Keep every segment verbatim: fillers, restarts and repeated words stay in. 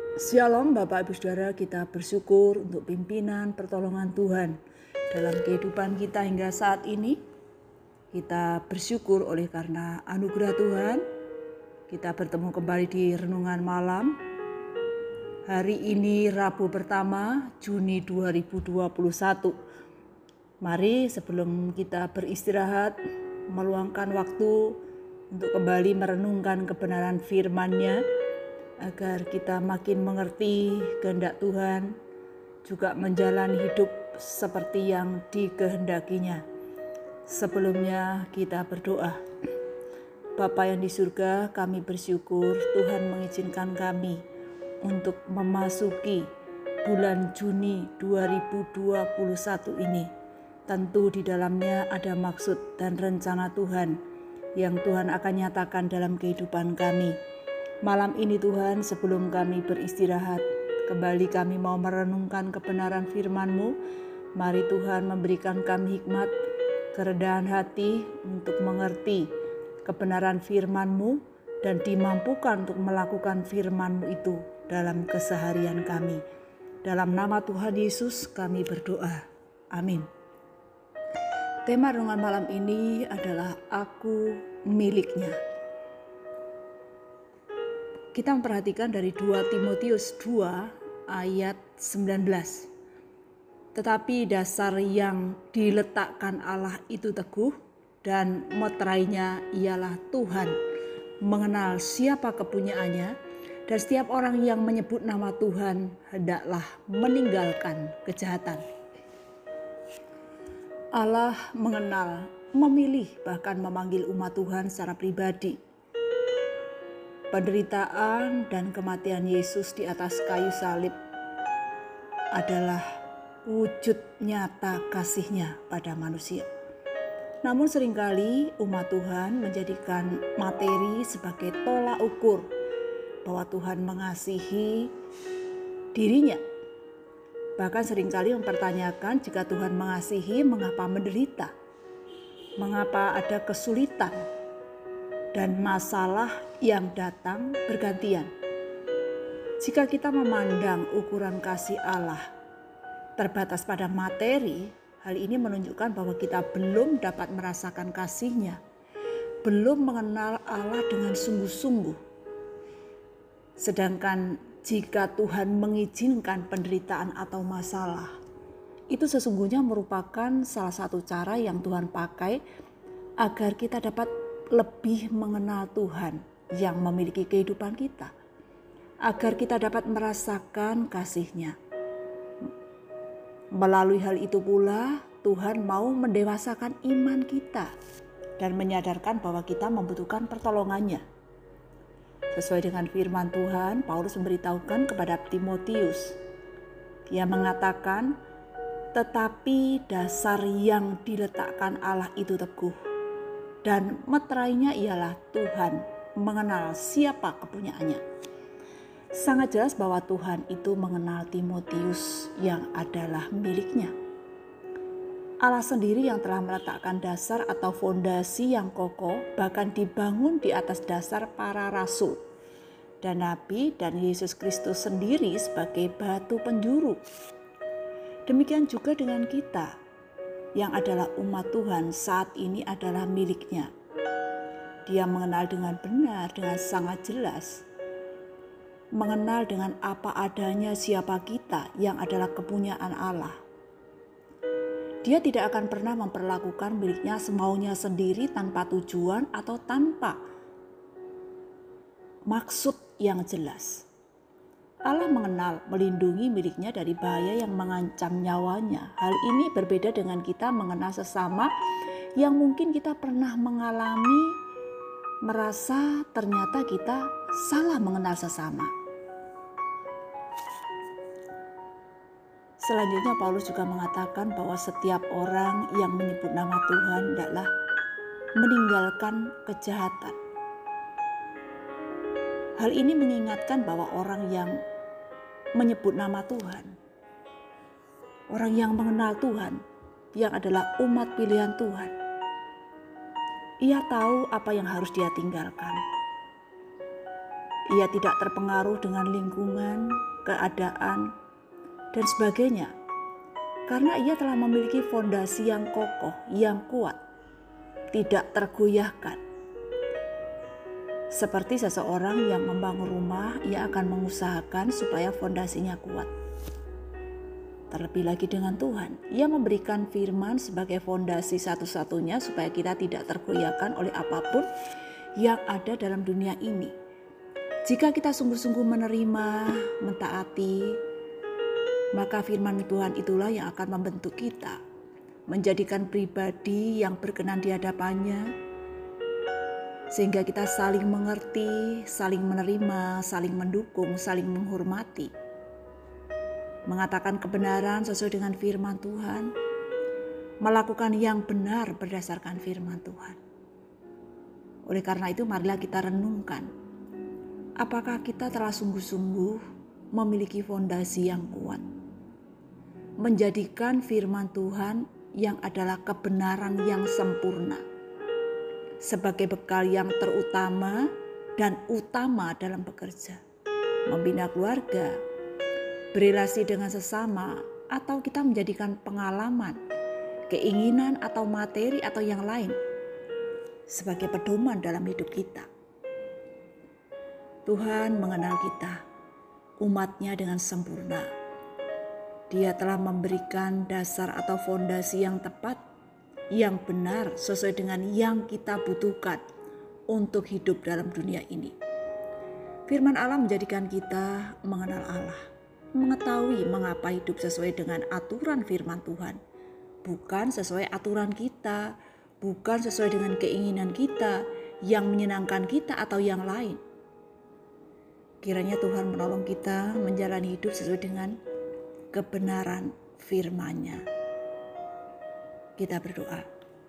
Shalom Bapak Ibu Saudara, kita bersyukur untuk pimpinan pertolongan Tuhan dalam kehidupan kita hingga saat ini. Kita bersyukur oleh karena anugerah Tuhan. Kita bertemu kembali di renungan malam. Hari ini Rabu pertama Juni dua ribu dua puluh satu. Mari sebelum kita beristirahat, meluangkan waktu untuk kembali merenungkan kebenaran firman-Nya, agar kita makin mengerti kehendak Tuhan, juga menjalani hidup seperti yang dikehendakinya. Sebelumnya kita berdoa. Bapa yang di surga, kami bersyukur Tuhan mengizinkan kami untuk memasuki bulan Juni dua ribu dua puluh satu ini. Tentu di dalamnya ada maksud dan rencana Tuhan yang Tuhan akan nyatakan dalam kehidupan kami. Malam ini Tuhan, sebelum kami beristirahat, kembali kami mau merenungkan kebenaran firman-Mu. Mari Tuhan memberikan kami hikmat, kerendahan hati untuk mengerti kebenaran firman-Mu dan dimampukan untuk melakukan firman-Mu itu dalam keseharian kami. Dalam nama Tuhan Yesus kami berdoa. Amin. Tema renungan malam ini adalah Aku Miliknya. Kita memperhatikan dari dua Timotius dua ayat sembilan belas. Tetapi dasar yang diletakkan Allah itu teguh, dan meterainya ialah Tuhan, mengenal siapa kepunyaannya, dan setiap orang yang menyebut nama Tuhan hendaklah meninggalkan kejahatan. Allah mengenal, memilih, bahkan memanggil umat Tuhan secara pribadi. Penderitaan dan kematian Yesus di atas kayu salib adalah wujud nyata kasih-Nya pada manusia. Namun seringkali umat Tuhan menjadikan materi sebagai tolak ukur bahwa Tuhan mengasihi dirinya. Bahkan seringkali mempertanyakan, jika Tuhan mengasihi, mengapa menderita? Mengapa ada kesulitan dan masalah yang datang bergantian? Jika kita memandang ukuran kasih Allah terbatas pada materi, hal ini menunjukkan bahwa kita belum dapat merasakan kasih-Nya, belum mengenal Allah dengan sungguh-sungguh. Sedangkan jika Tuhan mengizinkan penderitaan atau masalah, itu sesungguhnya merupakan salah satu cara yang Tuhan pakai agar kita dapat lebih mengenal Tuhan yang memiliki kehidupan kita, agar kita dapat merasakan kasih-Nya. Melalui hal itu pula Tuhan mau mendewasakan iman kita dan menyadarkan bahwa kita membutuhkan pertolongan-Nya. Sesuai dengan firman Tuhan, Paulus memberitahukan kepada Timotius. Ia mengatakan, tetapi dasar yang diletakkan Allah itu teguh, dan meterainya ialah Tuhan, mengenal siapa kepunyaannya. Sangat jelas bahwa Tuhan itu mengenal Timotius yang adalah miliknya. Allah sendiri yang telah meletakkan dasar atau fondasi yang kokoh, bahkan dibangun di atas dasar para rasul dan nabi, dan Yesus Kristus sendiri sebagai batu penjuru. Demikian juga dengan kita yang adalah umat Tuhan saat ini adalah miliknya. Dia mengenal dengan benar, dengan sangat jelas, mengenal dengan apa adanya siapa kita yang adalah kepunyaan Allah. Dia tidak akan pernah memperlakukan miliknya semaunya sendiri, tanpa tujuan atau tanpa maksud yang jelas. Allah mengenal, melindungi miliknya dari bahaya yang mengancam nyawanya. Hal ini berbeda dengan kita mengenal sesama yang mungkin kita pernah mengalami, merasa ternyata kita salah mengenal sesama. Selanjutnya Paulus juga mengatakan bahwa setiap orang yang menyebut nama Tuhan hendaklah meninggalkan kejahatan. Hal ini mengingatkan bahwa orang yang menyebut nama Tuhan, orang yang mengenal Tuhan, yang adalah umat pilihan Tuhan, ia tahu apa yang harus dia tinggalkan. Ia tidak terpengaruh dengan lingkungan, keadaan, dan sebagainya. Karena ia telah memiliki fondasi yang kokoh, yang kuat, tidak tergoyahkan. Seperti seseorang yang membangun rumah, ia akan mengusahakan supaya fondasinya kuat. Terlebih lagi dengan Tuhan, ia memberikan firman sebagai fondasi satu-satunya supaya kita tidak tergoyahkan oleh apapun yang ada dalam dunia ini. Jika kita sungguh-sungguh menerima, mentaati, maka firman Tuhan itulah yang akan membentuk kita, menjadikan pribadi yang berkenan di hadapannya, sehingga kita saling mengerti, saling menerima, saling mendukung, saling menghormati, mengatakan kebenaran sesuai dengan firman Tuhan, melakukan yang benar berdasarkan firman Tuhan. Oleh karena itu, marilah kita renungkan, apakah kita telah sungguh-sungguh memiliki fondasi yang kuat, menjadikan firman Tuhan yang adalah kebenaran yang sempurna sebagai bekal yang terutama dan utama dalam bekerja, membina keluarga, berelasi dengan sesama, atau kita menjadikan pengalaman, keinginan atau materi atau yang lain sebagai pedoman dalam hidup kita. Tuhan mengenal kita, umatnya dengan sempurna. Dia telah memberikan dasar atau fondasi yang tepat, yang benar sesuai dengan yang kita butuhkan untuk hidup dalam dunia ini. Firman Allah menjadikan kita mengenal Allah, mengetahui mengapa hidup sesuai dengan aturan firman Tuhan, bukan sesuai aturan kita, bukan sesuai dengan keinginan kita yang menyenangkan kita atau yang lain. Kiranya Tuhan menolong kita menjalani hidup sesuai dengan kebenaran firman-Nya. Kita berdoa.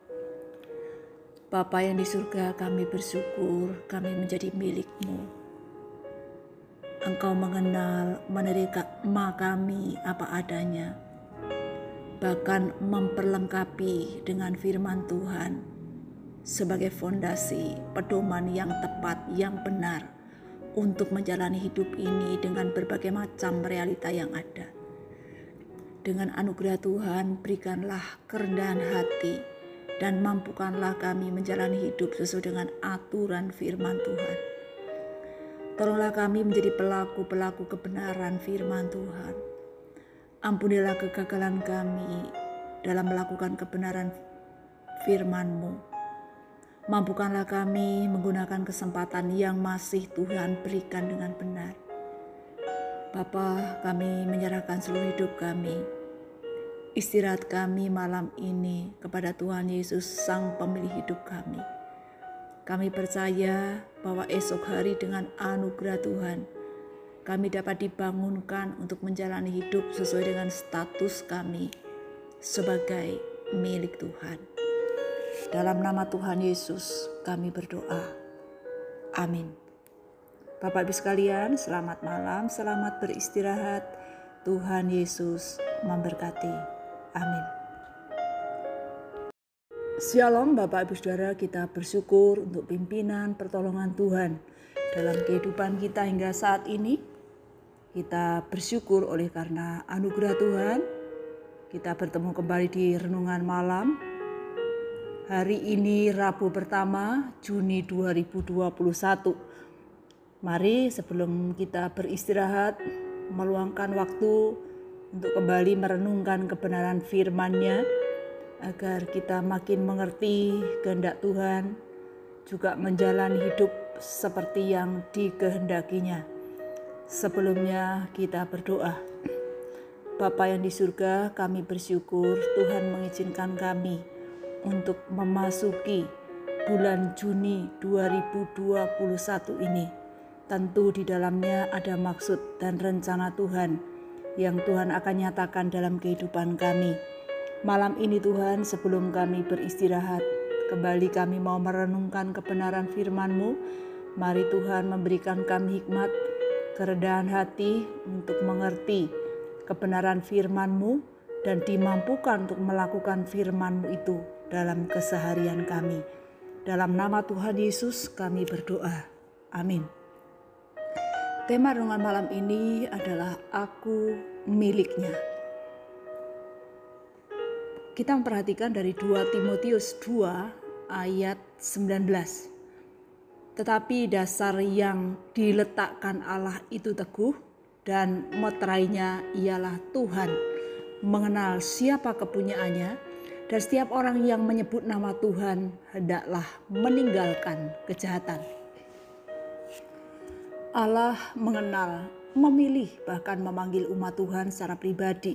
Bapa yang di surga, kami bersyukur kami menjadi milik-Mu. Engkau mengenal, menerima kami apa adanya, bahkan memperlengkapi dengan firman Tuhan sebagai fondasi, pedoman yang tepat, yang benar untuk menjalani hidup ini dengan berbagai macam realita yang ada. Dengan anugerah Tuhan, berikanlah kerendahan hati dan mampukanlah kami menjalani hidup sesuai dengan aturan firman Tuhan. Tolonglah kami menjadi pelaku-pelaku kebenaran firman Tuhan. Ampunilah kegagalan kami dalam melakukan kebenaran firman-Mu. Mampukanlah kami menggunakan kesempatan yang masih Tuhan berikan dengan benar. Bapa, kami menyerahkan seluruh hidup kami, istirahat kami malam ini kepada Tuhan Yesus, Sang Pemilik hidup kami. Kami percaya bahwa esok hari dengan anugerah Tuhan, kami dapat dibangunkan untuk menjalani hidup sesuai dengan status kami sebagai milik Tuhan. Dalam nama Tuhan Yesus kami berdoa. Amin. Bapak Ibu sekalian, selamat malam, selamat beristirahat. Tuhan Yesus memberkati. Amin. Shalom Bapak Ibu Saudara, kita bersyukur untuk pimpinan pertolongan Tuhan dalam kehidupan kita hingga saat ini. Kita bersyukur oleh karena anugerah Tuhan. Kita bertemu kembali di renungan malam. Hari ini Rabu pertama Juni dua ribu dua puluh satu. Mari sebelum kita beristirahat, meluangkan waktu untuk kembali merenungkan kebenaran firman-Nya, agar kita makin mengerti kehendak Tuhan, juga menjalani hidup seperti yang dikehendakinya. Sebelumnya kita berdoa. Bapa yang di surga, kami bersyukur Tuhan mengizinkan kami untuk memasuki bulan Juni dua ribu dua puluh satu ini. Tentu di dalamnya ada maksud dan rencana Tuhan yang Tuhan akan nyatakan dalam kehidupan kami. Malam ini Tuhan, sebelum kami beristirahat, kembali kami mau merenungkan kebenaran firman-Mu. Mari Tuhan memberikan kami hikmat, kerendahan hati untuk mengerti kebenaran firman-Mu dan dimampukan untuk melakukan firman-Mu itu dalam keseharian kami. Dalam nama Tuhan Yesus kami berdoa. Amin. Tema renungan malam ini adalah Aku Miliknya. Kita memperhatikan dari dua Timotius dua ayat sembilan belas. Tetapi dasar yang diletakkan Allah itu teguh dan meterainya ialah Tuhan, mengenal siapa kepunyaannya, dan setiap orang yang menyebut nama Tuhan hendaklah meninggalkan kejahatan. Allah mengenal, memilih, bahkan memanggil umat Tuhan secara pribadi.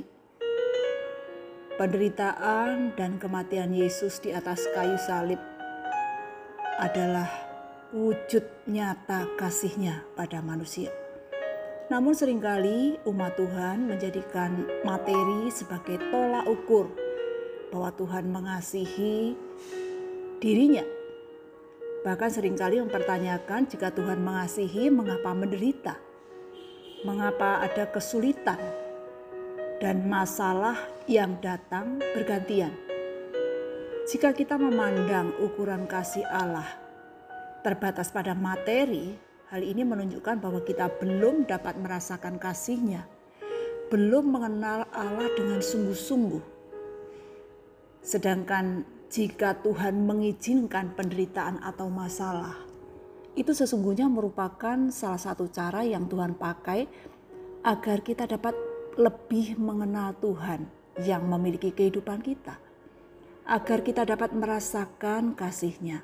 Penderitaan dan kematian Yesus di atas kayu salib adalah wujud nyata kasih-Nya pada manusia. Namun seringkali umat Tuhan menjadikan materi sebagai tolak ukur bahwa Tuhan mengasihi dirinya. Bahkan seringkali mempertanyakan jika Tuhan mengasihi, mengapa menderita? Mengapa ada kesulitan dan masalah yang datang bergantian? Jika kita memandang ukuran kasih Allah terbatas pada materi, hal ini menunjukkan bahwa kita belum dapat merasakan kasih-Nya, belum mengenal Allah dengan sungguh-sungguh. Sedangkan jika Tuhan mengizinkan penderitaan atau masalah, itu sesungguhnya merupakan salah satu cara yang Tuhan pakai agar kita dapat lebih mengenal Tuhan yang memiliki kehidupan kita, agar kita dapat merasakan kasih-Nya.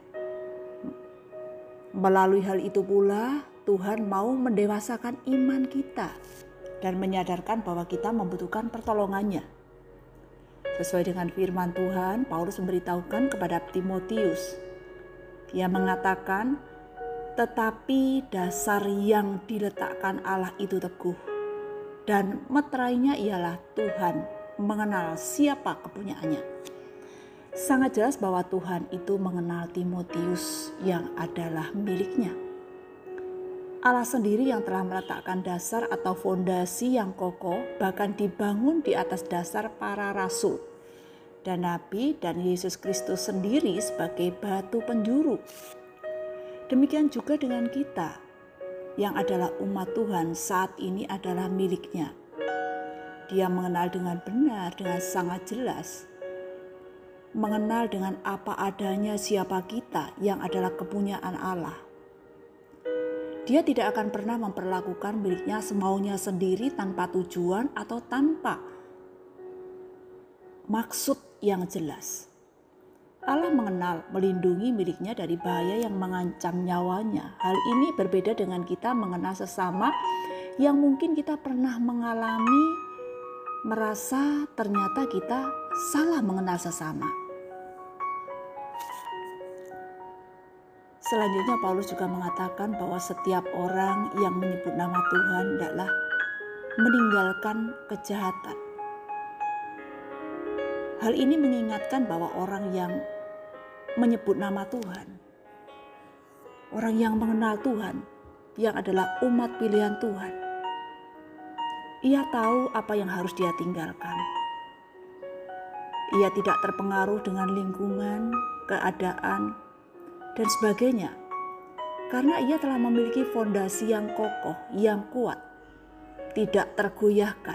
Melalui hal itu pula Tuhan mau mendewasakan iman kita dan menyadarkan bahwa kita membutuhkan pertolongan-Nya. Sesuai dengan firman Tuhan, Paulus memberitahukan kepada Timotius. Dia mengatakan, tetapi dasar yang diletakkan Allah itu teguh, dan meterainya ialah Tuhan, mengenal siapa kepunyaannya. Sangat jelas bahwa Tuhan itu mengenal Timotius yang adalah miliknya. Allah sendiri yang telah meletakkan dasar atau fondasi yang kokoh, bahkan dibangun di atas dasar para rasul dan nabi, dan Yesus Kristus sendiri sebagai batu penjuru. Demikian juga dengan kita yang adalah umat Tuhan saat ini adalah miliknya. Dia mengenal dengan benar, dengan sangat jelas, mengenal dengan apa adanya siapa kita yang adalah kepunyaan Allah. Dia tidak akan pernah memperlakukan miliknya semaunya sendiri tanpa tujuan atau tanpa maksud yang jelas. Allah mengenal, melindungi miliknya dari bahaya yang mengancam nyawanya. Hal ini berbeda dengan kita mengenal sesama yang mungkin kita pernah mengalami, merasa ternyata kita salah mengenal sesama. Selanjutnya Paulus juga mengatakan bahwa setiap orang yang menyebut nama Tuhan hendaklah meninggalkan kejahatan. Hal ini mengingatkan bahwa orang yang menyebut nama Tuhan, orang yang mengenal Tuhan, yang adalah umat pilihan Tuhan, ia tahu apa yang harus dia tinggalkan. Ia tidak terpengaruh dengan lingkungan, keadaan, dan sebagainya, karena ia telah memiliki fondasi yang kokoh, yang kuat, tidak tergoyahkan.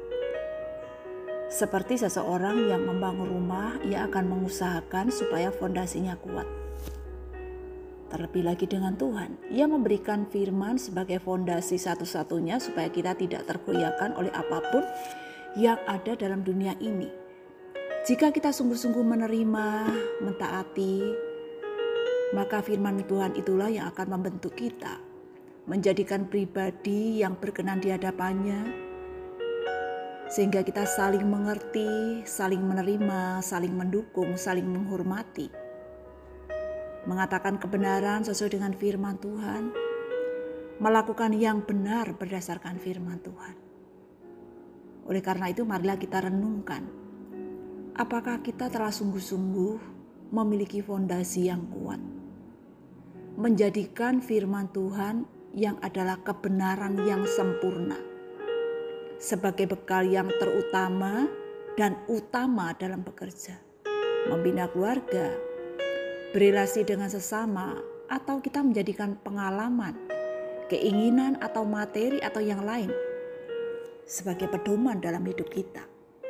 Seperti seseorang yang membangun rumah, ia akan mengusahakan supaya fondasinya kuat. Terlebih lagi dengan Tuhan, ia memberikan firman sebagai fondasi satu-satunya supaya kita tidak tergoyahkan oleh apapun yang ada dalam dunia ini. Jika kita sungguh-sungguh menerima, mentaati, maka firman Tuhan itulah yang akan membentuk kita, menjadikan pribadi yang berkenan di hadapannya, sehingga kita saling mengerti, saling menerima, saling mendukung, saling menghormati, mengatakan kebenaran sesuai dengan firman Tuhan, melakukan yang benar berdasarkan firman Tuhan. Oleh karena itu, marilah kita renungkan, apakah kita telah sungguh-sungguh memiliki fondasi yang kuat, menjadikan firman Tuhan yang adalah kebenaran yang sempurna sebagai bekal yang terutama dan utama dalam bekerja, membina keluarga, berelasi dengan sesama, atau kita menjadikan pengalaman keinginan atau materi atau yang lain sebagai pedoman dalam hidup kita.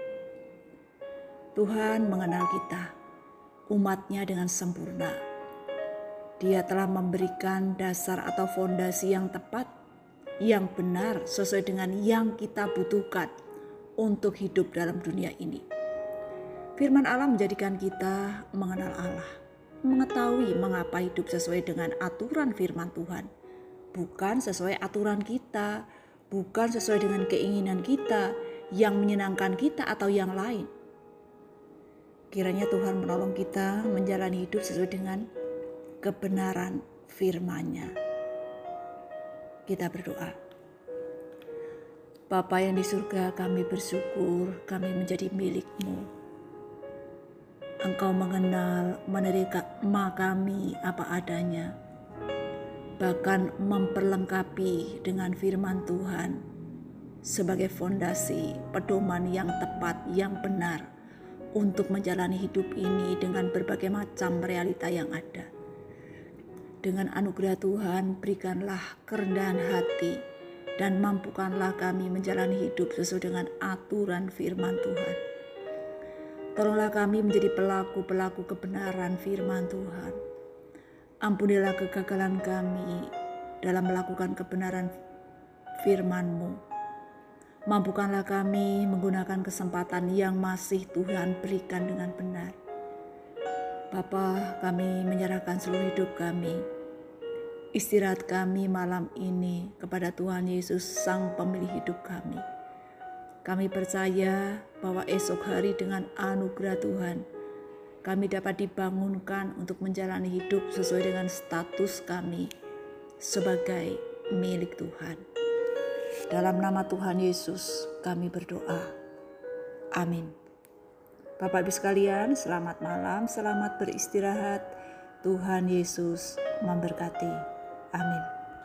Tuhan mengenal kita, umatnya dengan sempurna. Dia telah memberikan dasar atau fondasi yang tepat, yang benar sesuai dengan yang kita butuhkan untuk hidup dalam dunia ini. Firman Allah menjadikan kita mengenal Allah, mengetahui mengapa hidup sesuai dengan aturan firman Tuhan, bukan sesuai aturan kita, bukan sesuai dengan keinginan kita yang menyenangkan kita atau yang lain. Kiranya Tuhan menolong kita menjalani hidup sesuai dengan kebenaran firman-Nya. Kita berdoa. Bapa yang di surga, kami bersyukur kami menjadi milik-Mu. Engkau mengenal, menerima kami apa adanya, bahkan memperlengkapi dengan firman Tuhan sebagai fondasi, pedoman yang tepat, yang benar untuk menjalani hidup ini dengan berbagai macam realita yang ada. Dengan anugerah Tuhan, berikanlah kerendahan hati dan mampukanlah kami menjalani hidup sesuai dengan aturan firman Tuhan. Tolonglah kami menjadi pelaku-pelaku kebenaran firman Tuhan. Ampunilah kegagalan kami dalam melakukan kebenaran firman-Mu. Mampukanlah kami menggunakan kesempatan yang masih Tuhan berikan dengan benar. Bapa, kami menyerahkan seluruh hidup kami. Istirahat kami malam ini kepada Tuhan Yesus, Sang Pemilik hidup kami. Kami percaya bahwa esok hari dengan anugerah Tuhan, kami dapat dibangunkan untuk menjalani hidup sesuai dengan status kami sebagai milik Tuhan. Dalam nama Tuhan Yesus kami berdoa. Amin. Bapak Ibu sekalian, selamat malam, selamat beristirahat. Tuhan Yesus memberkati. Amin.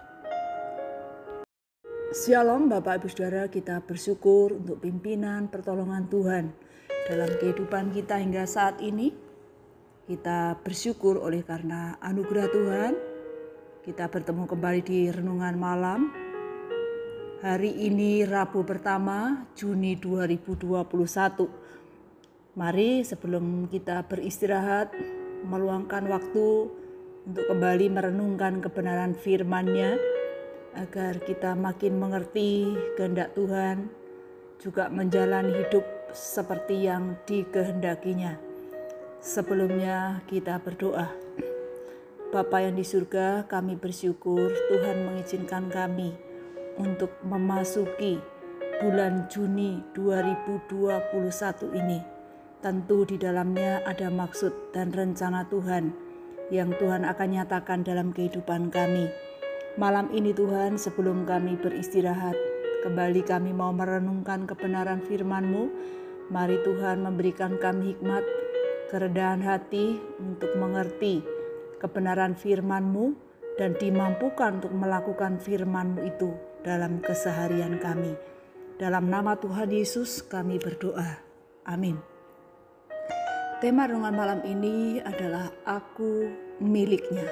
Shalom Bapak Ibu Saudara, kita bersyukur untuk pimpinan pertolongan Tuhan dalam kehidupan kita hingga saat ini. Kita bersyukur oleh karena anugerah Tuhan. Kita bertemu kembali di renungan malam. Hari ini Rabu pertama Juni dua ribu dua puluh satu. Mari sebelum kita beristirahat, meluangkan waktu untuk kembali merenungkan kebenaran firman-Nya, agar kita makin mengerti kehendak Tuhan, juga menjalani hidup seperti yang dikehendakinya. Sebelumnya kita berdoa. Bapa yang di surga, kami bersyukur Tuhan mengizinkan kami untuk memasuki bulan Juni dua ribu dua puluh satu ini. Tentu di dalamnya ada maksud dan rencana Tuhan yang Tuhan akan nyatakan dalam kehidupan kami. Malam ini Tuhan, sebelum kami beristirahat, kembali kami mau merenungkan kebenaran firman-Mu. Mari Tuhan memberikan kami hikmat, kerendahan hati untuk mengerti kebenaran firman-Mu dan dimampukan untuk melakukan firman-Mu itu dalam keseharian kami. Dalam nama Tuhan Yesus kami berdoa. Amin. Tema renungan malam ini adalah Aku Miliknya.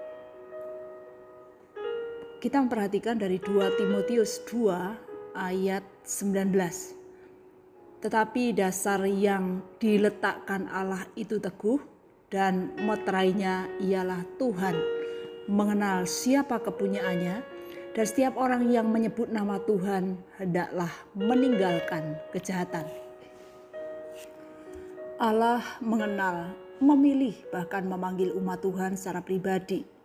Kita memperhatikan dari dua Timotius dua ayat sembilan belas. Tetapi dasar yang diletakkan Allah itu teguh dan meterainya ialah Tuhan. Mengenal siapa kepunyaannya dan setiap orang yang menyebut nama Tuhan hendaklah meninggalkan kejahatan. Allah mengenal, memilih, bahkan memanggil umat Tuhan secara pribadi.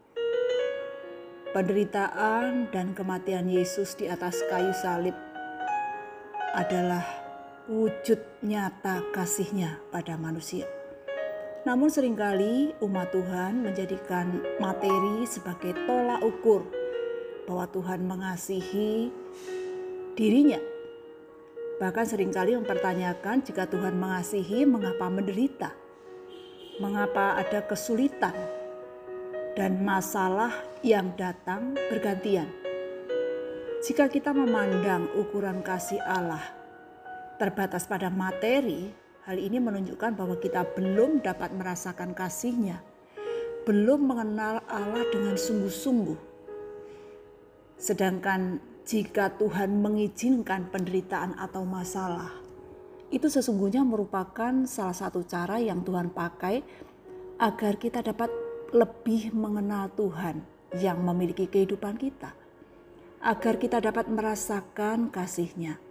Penderitaan dan kematian Yesus di atas kayu salib adalah wujud nyata kasih-Nya pada manusia. Namun seringkali umat Tuhan menjadikan materi sebagai tolak ukur bahwa Tuhan mengasihi dirinya. Bahkan seringkali mempertanyakan, jika Tuhan mengasihi, mengapa menderita? Mengapa ada kesulitan dan masalah yang datang bergantian? Jika kita memandang ukuran kasih Allah terbatas pada materi, hal ini menunjukkan bahwa kita belum dapat merasakan kasih-Nya, belum mengenal Allah dengan sungguh-sungguh. Sedangkan jika Tuhan mengizinkan penderitaan atau masalah, itu sesungguhnya merupakan salah satu cara yang Tuhan pakai agar kita dapat lebih mengenal Tuhan yang memiliki kehidupan kita, agar kita dapat merasakan kasih-Nya.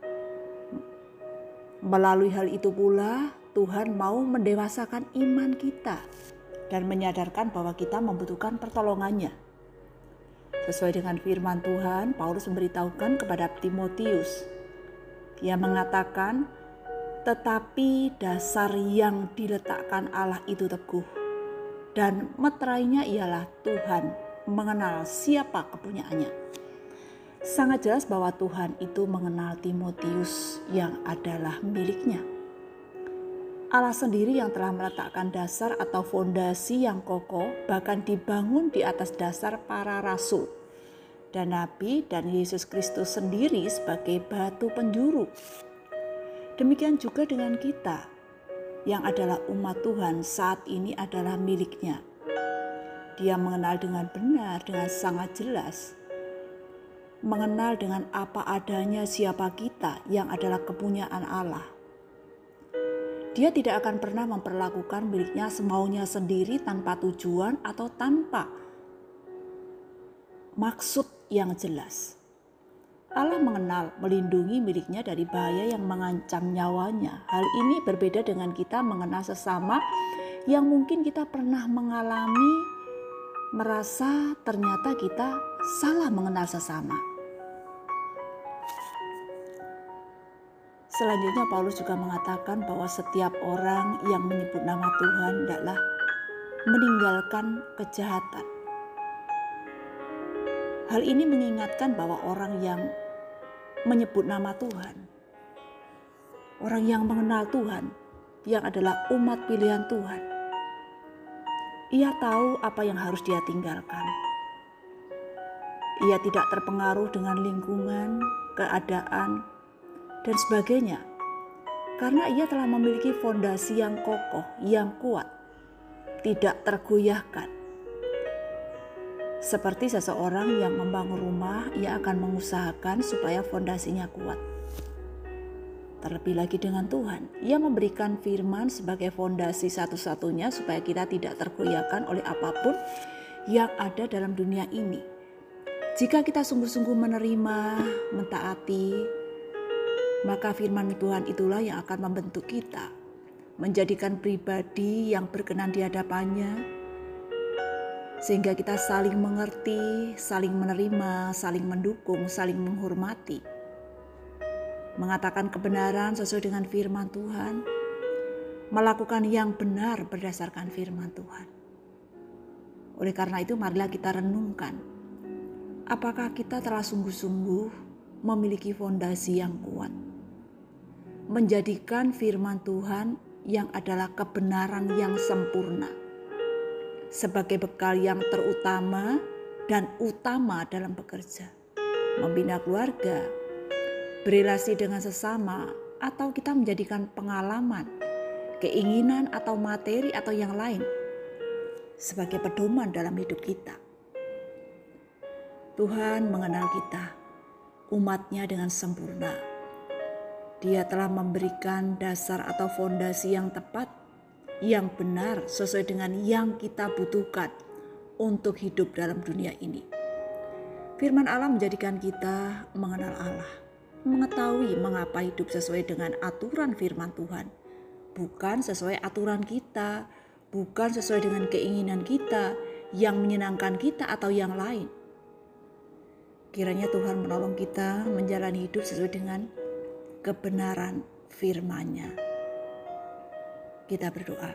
Melalui hal itu pula Tuhan mau mendewasakan iman kita dan menyadarkan bahwa kita membutuhkan pertolongannya. Sesuai dengan firman Tuhan, Paulus memberitahukan kepada Timotius. Ia mengatakan, tetapi dasar yang diletakkan Allah itu teguh, dan meterainya ialah Tuhan mengenal siapa kepunyaannya. Sangat jelas bahwa Tuhan itu mengenal Timotius yang adalah miliknya. Allah sendiri yang telah meletakkan dasar atau fondasi yang kokoh, bahkan dibangun di atas dasar para rasul dan nabi, dan Yesus Kristus sendiri sebagai batu penjuru. Demikian juga dengan kita yang adalah umat Tuhan saat ini adalah miliknya. Dia mengenal dengan benar, dengan sangat jelas, mengenal dengan apa adanya siapa kita yang adalah kepunyaan Allah. Dia tidak akan pernah memperlakukan miliknya semaunya sendiri tanpa tujuan atau tanpa maksud yang jelas. Allah mengenal, melindungi miliknya dari bahaya yang mengancam nyawanya. Hal ini berbeda dengan kita mengenal sesama yang mungkin kita pernah mengalami, merasa ternyata kita salah mengenal sesama. Selanjutnya Paulus juga mengatakan bahwa setiap orang yang menyebut nama Tuhan hendaklah meninggalkan kejahatan. Hal ini mengingatkan bahwa orang yang menyebut nama Tuhan, orang yang mengenal Tuhan, yang adalah umat pilihan Tuhan, ia tahu apa yang harus dia tinggalkan. Ia tidak terpengaruh dengan lingkungan, keadaan, dan sebagainya, karena ia telah memiliki fondasi yang kokoh, yang kuat, tidak tergoyahkan. Seperti seseorang yang membangun rumah, ia akan mengusahakan supaya fondasinya kuat. Terlebih lagi dengan Tuhan, ia memberikan firman sebagai fondasi satu-satunya supaya kita tidak tergoyahkan oleh apapun yang ada dalam dunia ini. Jika kita sungguh-sungguh menerima, mentaati, maka firman Tuhan itulah yang akan membentuk kita, menjadikan pribadi yang berkenan di hadapannya, sehingga kita saling mengerti, saling menerima, saling mendukung, saling menghormati, mengatakan kebenaran sesuai dengan firman Tuhan, melakukan yang benar berdasarkan firman Tuhan. Oleh karena itu, marilah kita renungkan, apakah kita telah sungguh-sungguh memiliki fondasi yang kuat, menjadikan firman Tuhan yang adalah kebenaran yang sempurna sebagai bekal yang terutama dan utama dalam bekerja, membina keluarga, berelasi dengan sesama, atau kita menjadikan pengalaman, keinginan atau materi atau yang lain sebagai pedoman dalam hidup kita. Tuhan mengenal kita, umatnya dengan sempurna. Dia telah memberikan dasar atau fondasi yang tepat, yang benar sesuai dengan yang kita butuhkan untuk hidup dalam dunia ini. Firman Allah menjadikan kita mengenal Allah, mengetahui mengapa hidup sesuai dengan aturan firman Tuhan, bukan sesuai aturan kita, bukan sesuai dengan keinginan kita yang menyenangkan kita atau yang lain. Kiranya Tuhan menolong kita menjalani hidup sesuai dengan kebenaran firman-Nya. Kita berdoa.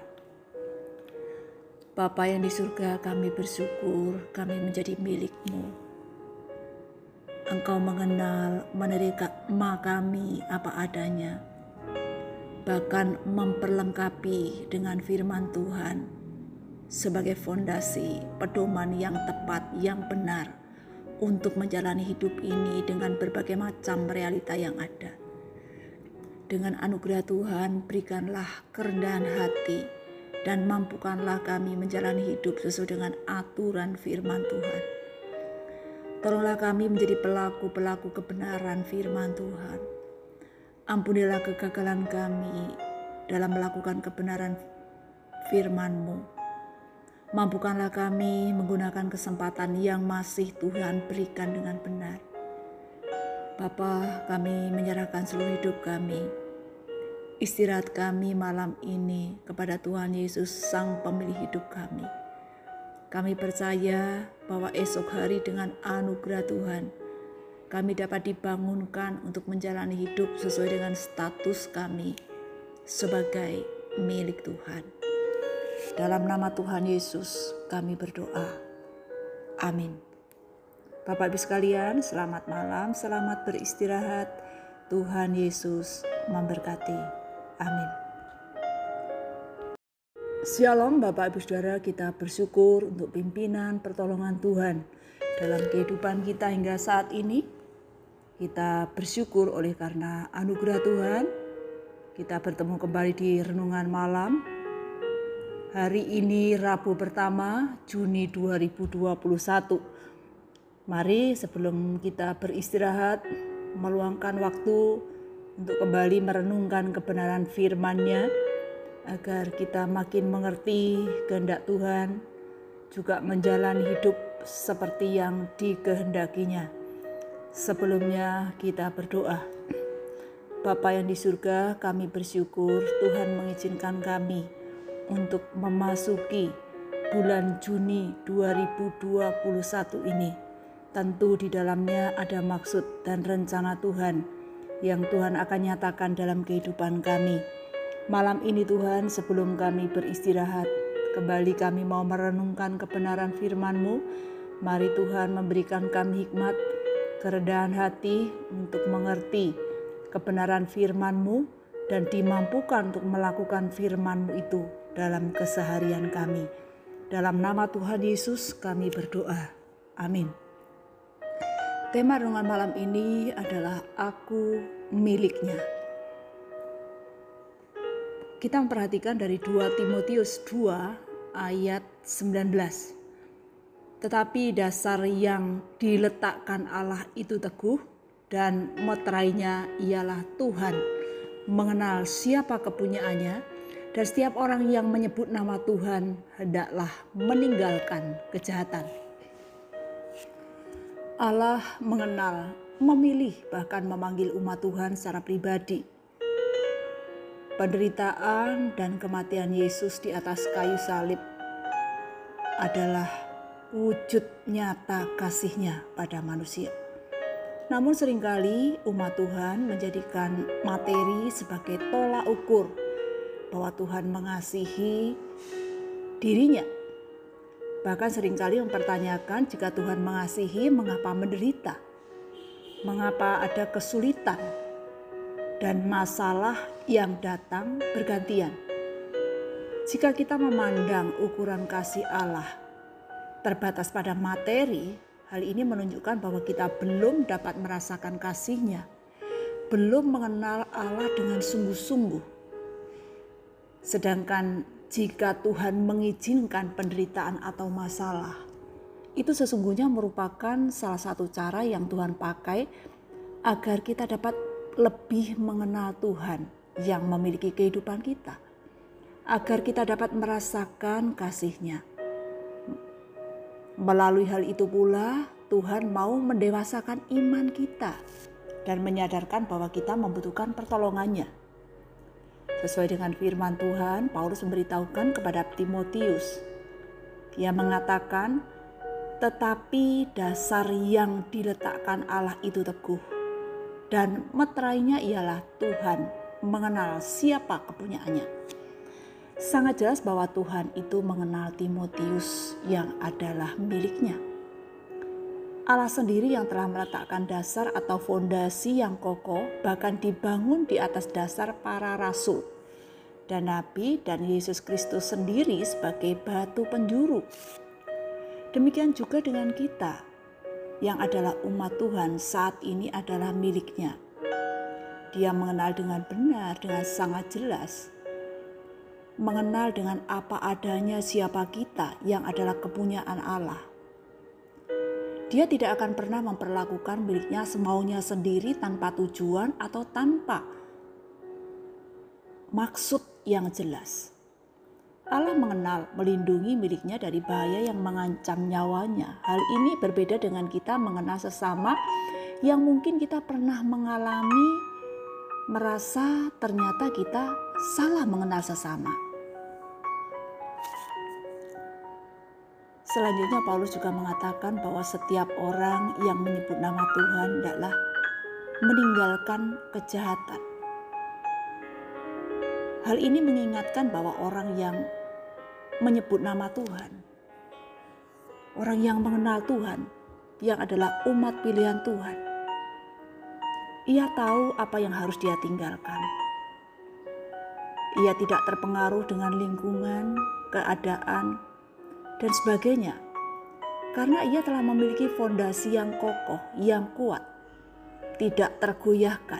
Bapa yang di surga, kami bersyukur kami menjadi milik-Mu. Engkau mengenal, menerima kami apa adanya, bahkan memperlengkapi dengan firman Tuhan sebagai fondasi, pedoman yang tepat, yang benar untuk menjalani hidup ini dengan berbagai macam realita yang ada. Dengan anugerah Tuhan, berikanlah kerendahan hati dan mampukanlah kami menjalani hidup sesuai dengan aturan firman Tuhan. Tolonglah kami menjadi pelaku-pelaku kebenaran firman Tuhan. Ampunilah kegagalan kami dalam melakukan kebenaran firman-Mu. Mampukanlah kami menggunakan kesempatan yang masih Tuhan berikan dengan benar. Bapa, kami menyerahkan seluruh hidup kami, istirahat kami malam ini kepada Tuhan Yesus, Sang Pemilik hidup kami. Kami percaya bahwa esok hari dengan anugerah Tuhan, kami dapat dibangunkan untuk menjalani hidup sesuai dengan status kami sebagai milik Tuhan. Dalam nama Tuhan Yesus kami berdoa. Amin. Bapak Ibu sekalian, selamat malam, selamat beristirahat. Tuhan Yesus memberkati. Amin. Shalom Bapak Ibu Saudara, kita bersyukur untuk pimpinan pertolongan Tuhan dalam kehidupan kita hingga saat ini. Kita bersyukur oleh karena anugerah Tuhan. Kita bertemu kembali di renungan malam. Hari ini Rabu pertama Juni dua ribu dua puluh satu. Mari sebelum kita beristirahat, meluangkan waktu untuk kembali merenungkan kebenaran firman-Nya, agar kita makin mengerti kehendak Tuhan, juga menjalani hidup seperti yang dikehendakinya. Sebelumnya kita berdoa. Bapa yang di surga, kami bersyukur Tuhan mengizinkan kami untuk memasuki bulan Juni dua ribu dua puluh satu ini. Tentu di dalamnya ada maksud dan rencana Tuhan yang Tuhan akan nyatakan dalam kehidupan kami. Malam ini Tuhan, sebelum kami beristirahat, kembali kami mau merenungkan kebenaran firman-Mu. Mari Tuhan memberikan kami hikmat, kerendahan hati untuk mengerti kebenaran firman-Mu dan dimampukan untuk melakukan firman-Mu itu dalam keseharian kami. Dalam nama Tuhan Yesus kami berdoa. Amin. Tema renungan malam ini adalah Aku Miliknya. Kita memperhatikan dari dua Timotius dua ayat sembilan belas. Tetapi dasar yang diletakkan Allah itu teguh, dan meterainya ialah Tuhan. Mengenal siapa kepunyaannya, dan setiap orang yang menyebut nama Tuhan hendaklah meninggalkan kejahatan. Allah mengenal, memilih, bahkan memanggil umat Tuhan secara pribadi. Penderitaan dan kematian Yesus di atas kayu salib adalah wujud nyata kasih-Nya pada manusia. Namun seringkali umat Tuhan menjadikan materi sebagai tolak ukur bahwa Tuhan mengasihi dirinya. Bahkan seringkali mempertanyakan, jika Tuhan mengasihi, mengapa menderita? Mengapa ada kesulitan dan masalah yang datang bergantian? Jika kita memandang ukuran kasih Allah terbatas pada materi, hal ini menunjukkan bahwa kita belum dapat merasakan kasih-Nya, belum mengenal Allah dengan sungguh-sungguh. Sedangkan jika Tuhan mengizinkan penderitaan atau masalah, itu sesungguhnya merupakan salah satu cara yang Tuhan pakai agar kita dapat lebih mengenal Tuhan yang memiliki kehidupan kita, agar kita dapat merasakan kasih-Nya. Melalui hal itu pula Tuhan mau mendewasakan iman kita dan menyadarkan bahwa kita membutuhkan pertolongan-Nya. Sesuai dengan firman Tuhan, Paulus memberitahukan kepada Timotius, ia mengatakan, tetapi dasar yang diletakkan Allah itu teguh, dan meterainya ialah Tuhan, mengenal siapa kepunyaannya. Sangat jelas bahwa Tuhan itu mengenal Timotius yang adalah miliknya. Allah sendiri yang telah meletakkan dasar atau fondasi yang kokoh, bahkan dibangun di atas dasar para rasul dan nabi, dan Yesus Kristus sendiri sebagai batu penjuru. Demikian juga dengan kita yang adalah umat Tuhan saat ini adalah miliknya. Dia mengenal dengan benar, dengan sangat jelas, mengenal dengan apa adanya siapa kita yang adalah kepunyaan Allah. Dia tidak akan pernah memperlakukan miliknya semaunya sendiri tanpa tujuan atau tanpa maksud yang jelas. Allah mengenal, melindungi miliknya dari bahaya yang mengancam nyawanya. Hal ini berbeda dengan kita mengenal sesama yang mungkin kita pernah mengalami merasa ternyata kita salah mengenal sesama. Selanjutnya Paulus juga mengatakan bahwa setiap orang yang menyebut nama Tuhan hendaklah meninggalkan kejahatan. Hal ini mengingatkan bahwa orang yang menyebut nama Tuhan, orang yang mengenal Tuhan, yang adalah umat pilihan Tuhan, ia tahu apa yang harus dia tinggalkan. Ia tidak terpengaruh dengan lingkungan, keadaan, dan sebagainya, karena ia telah memiliki fondasi yang kokoh, yang kuat, tidak tergoyahkan.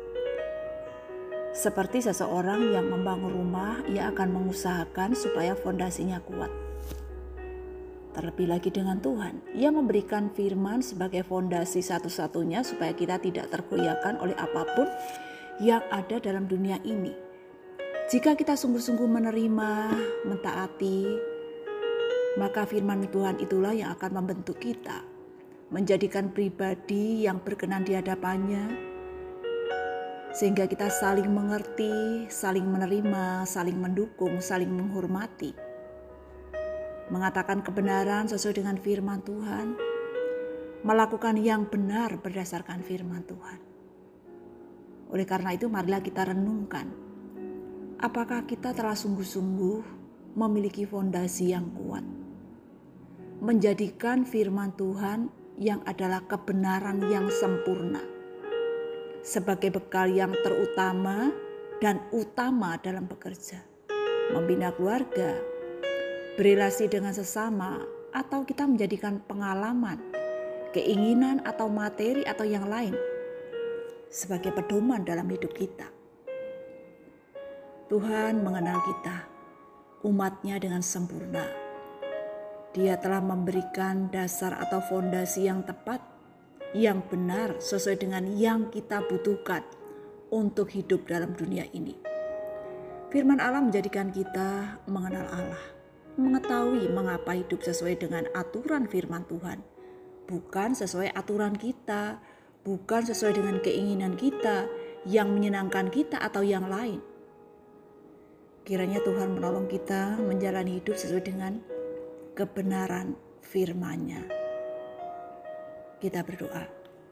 Seperti seseorang yang membangun rumah, ia akan mengusahakan supaya fondasinya kuat. Terlebih lagi dengan Tuhan, ia memberikan firman sebagai fondasi satu-satunya supaya kita tidak tergoyahkan oleh apapun yang ada dalam dunia ini. Jika kita sungguh-sungguh menerima, mentaati, maka firman Tuhan itulah yang akan membentuk kita, menjadikan pribadi yang berkenan di hadapannya, sehingga kita saling mengerti, saling menerima, saling mendukung, saling menghormati, mengatakan kebenaran sesuai dengan firman Tuhan, melakukan yang benar berdasarkan firman Tuhan. Oleh karena itu, marilah kita renungkan, apakah kita telah sungguh-sungguh memiliki fondasi yang kuat, menjadikan firman Tuhan yang adalah kebenaran yang sempurna sebagai bekal yang terutama dan utama dalam bekerja, membina keluarga, berelasi dengan sesama, atau kita menjadikan pengalaman, keinginan atau materi atau yang lain sebagai pedoman dalam hidup kita. Tuhan mengenal kita, umatnya dengan sempurna. Dia telah memberikan dasar atau fondasi yang tepat, yang benar sesuai dengan yang kita butuhkan untuk hidup dalam dunia ini. Firman Allah menjadikan kita mengenal Allah, mengetahui mengapa hidup sesuai dengan aturan firman Tuhan, bukan sesuai aturan kita, bukan sesuai dengan keinginan kita yang menyenangkan kita atau yang lain. Kiranya Tuhan menolong kita menjalani hidup sesuai dengan kebenaran firman-Nya. Kita berdoa.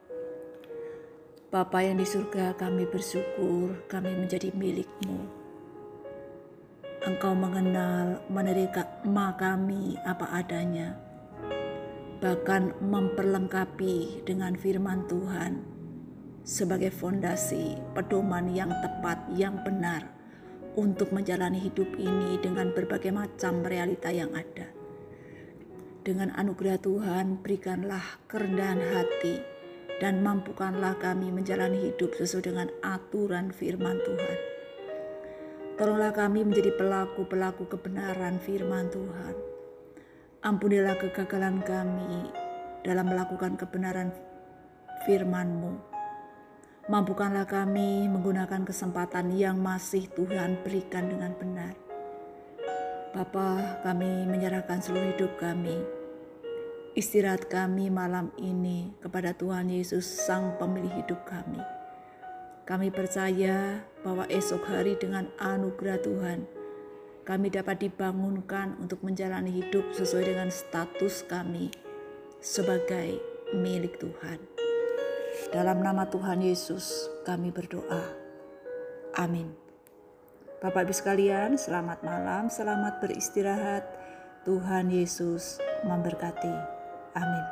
Bapa yang di surga, kami bersyukur kami menjadi milik-Mu. Engkau mengenal, menerima kami apa adanya, bahkan memperlengkapi dengan firman Tuhan sebagai fondasi, pedoman yang tepat, yang benar untuk menjalani hidup ini dengan berbagai macam realita yang ada. Dengan anugerah Tuhan, berikanlah kerendahan hati dan mampukanlah kami menjalani hidup sesuai dengan aturan firman Tuhan. Tolonglah kami menjadi pelaku-pelaku kebenaran firman Tuhan. Ampunilah kegagalan kami dalam melakukan kebenaran firman-Mu. Mampukanlah kami menggunakan kesempatan yang masih Tuhan berikan dengan benar. Bapa, kami menyerahkan seluruh hidup kami, istirahat kami malam ini kepada Tuhan Yesus, Sang Pemilik hidup kami. Kami percaya bahwa esok hari dengan anugerah Tuhan, kami dapat dibangunkan untuk menjalani hidup sesuai dengan status kami sebagai milik Tuhan. Dalam nama Tuhan Yesus kami berdoa. Amin. Bapak Ibu sekalian, selamat malam, selamat beristirahat. Tuhan Yesus memberkati. Amin.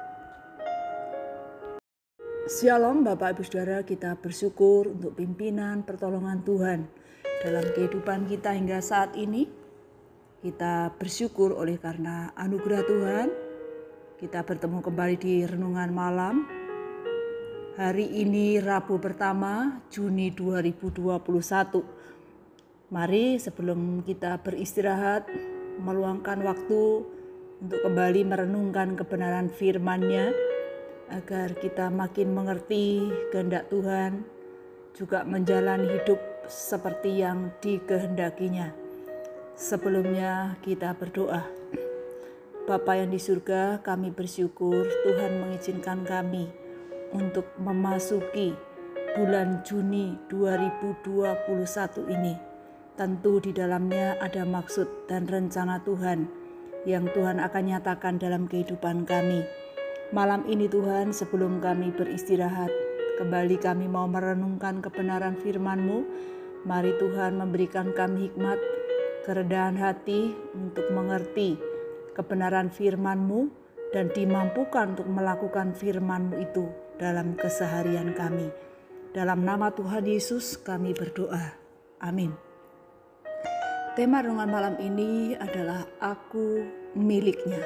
Shalom Bapak Ibu Saudara, kita bersyukur untuk pimpinan pertolongan Tuhan dalam kehidupan kita hingga saat ini. Kita bersyukur oleh karena anugerah Tuhan. Kita bertemu kembali di renungan malam. Hari ini Rabu pertama Juni dua ribu dua puluh satu. Mari sebelum kita beristirahat, meluangkan waktu untuk kembali merenungkan kebenaran firman-Nya agar kita makin mengerti kehendak Tuhan, juga menjalani hidup seperti yang dikehendakinya. Sebelumnya kita berdoa. Bapa yang di surga, kami bersyukur Tuhan mengizinkan kami untuk memasuki bulan Juni dua ribu dua puluh satu ini. Tentu di dalamnya ada maksud dan rencana Tuhan yang Tuhan akan nyatakan dalam kehidupan kami. Malam ini Tuhan, sebelum kami beristirahat, kembali kami mau merenungkan kebenaran firman-Mu. Mari Tuhan memberikan kami hikmat, kerendahan hati untuk mengerti kebenaran firman-Mu dan dimampukan untuk melakukan firman-Mu itu dalam keseharian kami. Dalam nama Tuhan Yesus kami berdoa. Amin. Tema renungan malam ini adalah Aku Miliknya.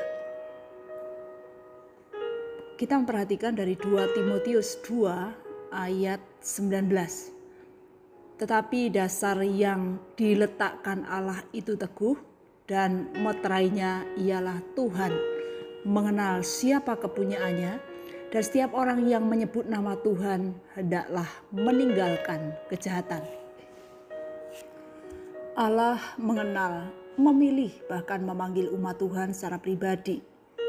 Kita memperhatikan dari dua Timotius dua ayat sembilan belas. Tetapi dasar yang diletakkan Allah itu teguh, dan meterainya ialah Tuhan, mengenal siapa kepunyaannya, dan setiap orang yang menyebut nama Tuhan hendaklah meninggalkan kejahatan. Allah mengenal, memilih, bahkan memanggil umat Tuhan secara pribadi.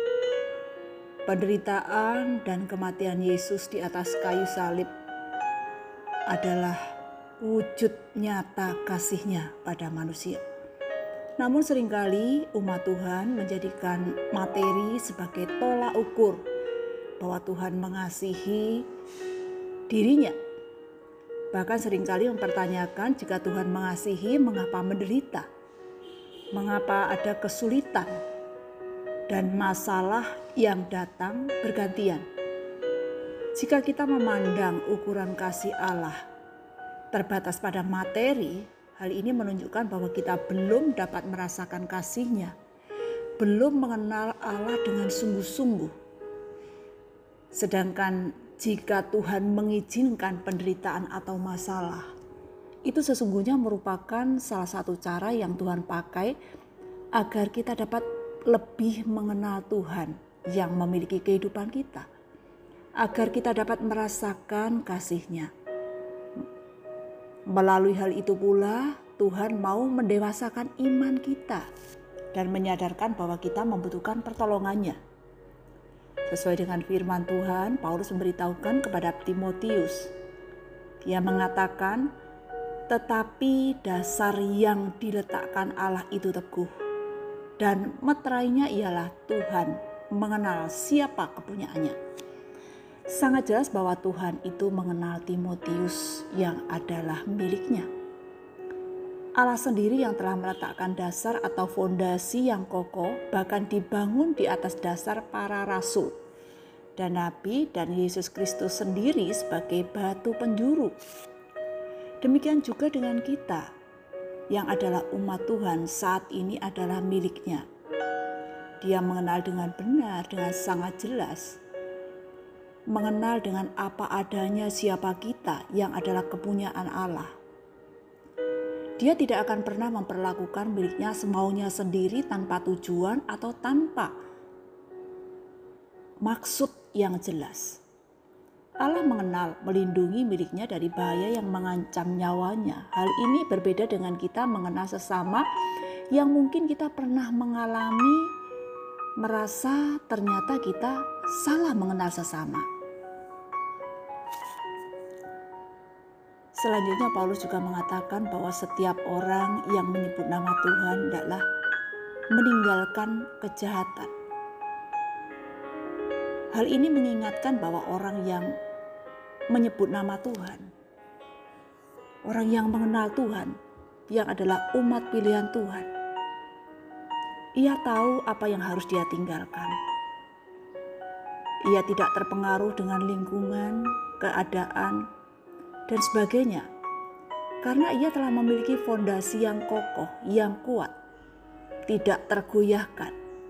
Penderitaan dan kematian Yesus di atas kayu salib adalah wujud nyata kasih-Nya pada manusia. Namun seringkali umat Tuhan menjadikan materi sebagai tolak ukur bahwa Tuhan mengasihi dirinya. Bahkan seringkali mempertanyakan jika Tuhan mengasihi, mengapa menderita? Mengapa ada kesulitan dan masalah yang datang bergantian? Jika kita memandang ukuran kasih Allah terbatas pada materi, hal ini menunjukkan bahwa kita belum dapat merasakan kasih-Nya, belum mengenal Allah dengan sungguh-sungguh. Sedangkan jika Tuhan mengizinkan penderitaan atau masalah, itu sesungguhnya merupakan salah satu cara yang Tuhan pakai agar kita dapat lebih mengenal Tuhan yang memiliki kehidupan kita, agar kita dapat merasakan kasih-Nya. Melalui hal itu pula Tuhan mau mendewasakan iman kita dan menyadarkan bahwa kita membutuhkan pertolongannya. Sesuai dengan firman Tuhan, Paulus memberitahukan kepada Timotius. Dia mengatakan, tetapi dasar yang diletakkan Allah itu teguh, dan meterainya ialah Tuhan, mengenal siapa kepunyaannya. Sangat jelas bahwa Tuhan itu mengenal Timotius yang adalah miliknya. Allah sendiri yang telah meletakkan dasar atau fondasi yang kokoh, bahkan dibangun di atas dasar para rasul dan nabi, dan Yesus Kristus sendiri sebagai batu penjuru. Demikian juga dengan kita yang adalah umat Tuhan saat ini adalah miliknya. Dia mengenal dengan benar, dengan sangat jelas, mengenal dengan apa adanya siapa kita yang adalah kepunyaan Allah. Dia tidak akan pernah memperlakukan miliknya semaunya sendiri tanpa tujuan atau tanpa maksud yang jelas. Allah mengenal, melindungi miliknya dari bahaya yang mengancam nyawanya. Hal ini berbeda dengan kita mengenal sesama yang mungkin kita pernah mengalami, merasa ternyata kita salah mengenal sesama. Selanjutnya Paulus juga mengatakan bahwa setiap orang yang menyebut nama Tuhan hendaklah meninggalkan kejahatan. Hal ini mengingatkan bahwa orang yang menyebut nama Tuhan, orang yang mengenal Tuhan, yang adalah umat pilihan Tuhan, ia tahu apa yang harus dia tinggalkan. Ia tidak terpengaruh dengan lingkungan, keadaan, dan sebagainya, karena ia telah memiliki fondasi yang kokoh, yang kuat, tidak tergoyahkan.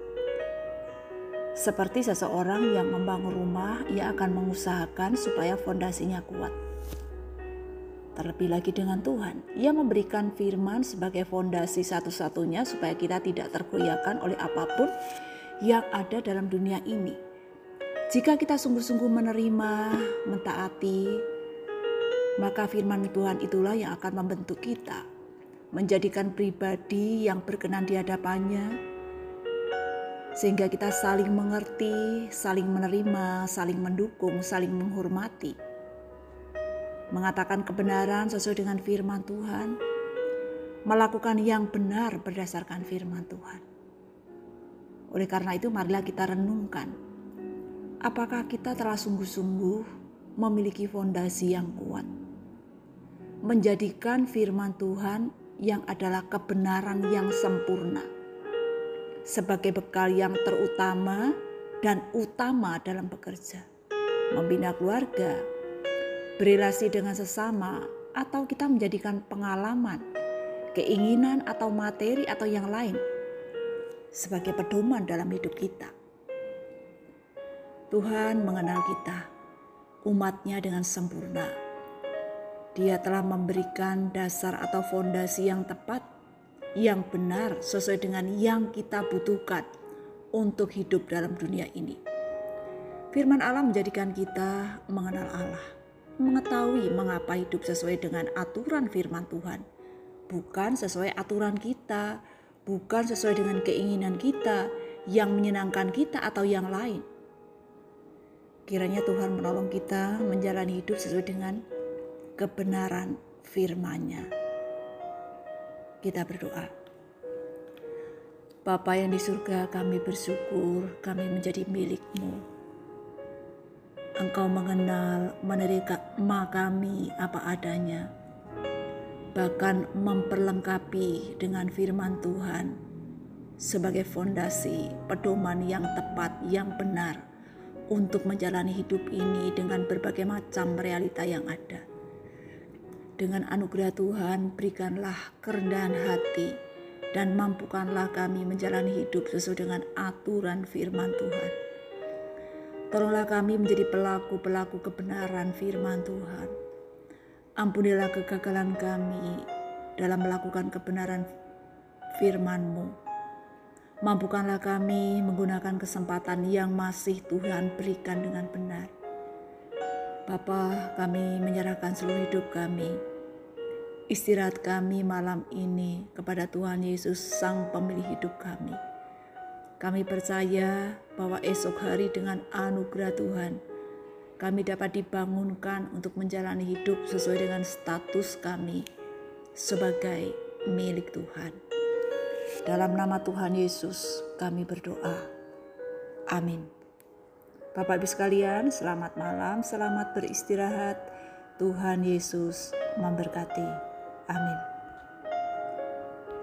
Seperti seseorang yang membangun rumah, ia akan mengusahakan supaya fondasinya kuat. Terlebih lagi dengan Tuhan, ia memberikan firman sebagai fondasi satu-satunya supaya kita tidak tergoyahkan oleh apapun yang ada dalam dunia ini. Jika kita sungguh-sungguh menerima, mentaati, maka firman Tuhan itulah yang akan membentuk kita, menjadikan pribadi yang berkenan di hadapannya, sehingga kita saling mengerti, saling menerima, saling mendukung, saling menghormati, mengatakan kebenaran sesuai dengan firman Tuhan, melakukan yang benar berdasarkan firman Tuhan. Oleh karena itu, marilah kita renungkan, apakah kita telah sungguh-sungguh memiliki fondasi yang kuat, menjadikan firman Tuhan yang adalah kebenaran yang sempurna sebagai bekal yang terutama dan utama dalam bekerja, membina keluarga, berelasi dengan sesama, atau kita menjadikan pengalaman, keinginan atau materi atau yang lain sebagai pedoman dalam hidup kita. Tuhan mengenal kita, umatnya dengan sempurna. Dia telah memberikan dasar atau fondasi yang tepat, yang benar sesuai dengan yang kita butuhkan untuk hidup dalam dunia ini. Firman Allah menjadikan kita mengenal Allah, mengetahui mengapa hidup sesuai dengan aturan firman Tuhan, bukan sesuai aturan kita, bukan sesuai dengan keinginan kita yang menyenangkan kita atau yang lain. Kiranya Tuhan menolong kita menjalani hidup sesuai dengan kebenaran firman-Nya. Kita berdoa. Bapa yang di surga, kami bersyukur kami menjadi milik-Mu. Engkau mengenal, menerima kami apa adanya, bahkan memperlengkapi dengan firman Tuhan sebagai fondasi, pedoman yang tepat, yang benar untuk menjalani hidup ini dengan berbagai macam realita yang ada. Dengan anugerah Tuhan, berikanlah kerendahan hati dan mampukanlah kami menjalani hidup sesuai dengan aturan firman Tuhan. Tolonglah kami menjadi pelaku-pelaku kebenaran firman Tuhan. Ampunilah kegagalan kami dalam melakukan kebenaran firman-Mu. Mampukanlah kami menggunakan kesempatan yang masih Tuhan berikan dengan benar. Bapa, kami menyerahkan seluruh hidup kami. Istirahat kami malam ini kepada Tuhan Yesus, Sang Pemilik hidup kami. Kami percaya bahwa esok hari dengan anugerah Tuhan, kami dapat dibangunkan untuk menjalani hidup sesuai dengan status kami sebagai milik Tuhan. Dalam nama Tuhan Yesus kami berdoa. Amin. Bapak Ibu sekalian, selamat malam, selamat beristirahat. Tuhan Yesus memberkati. Amin.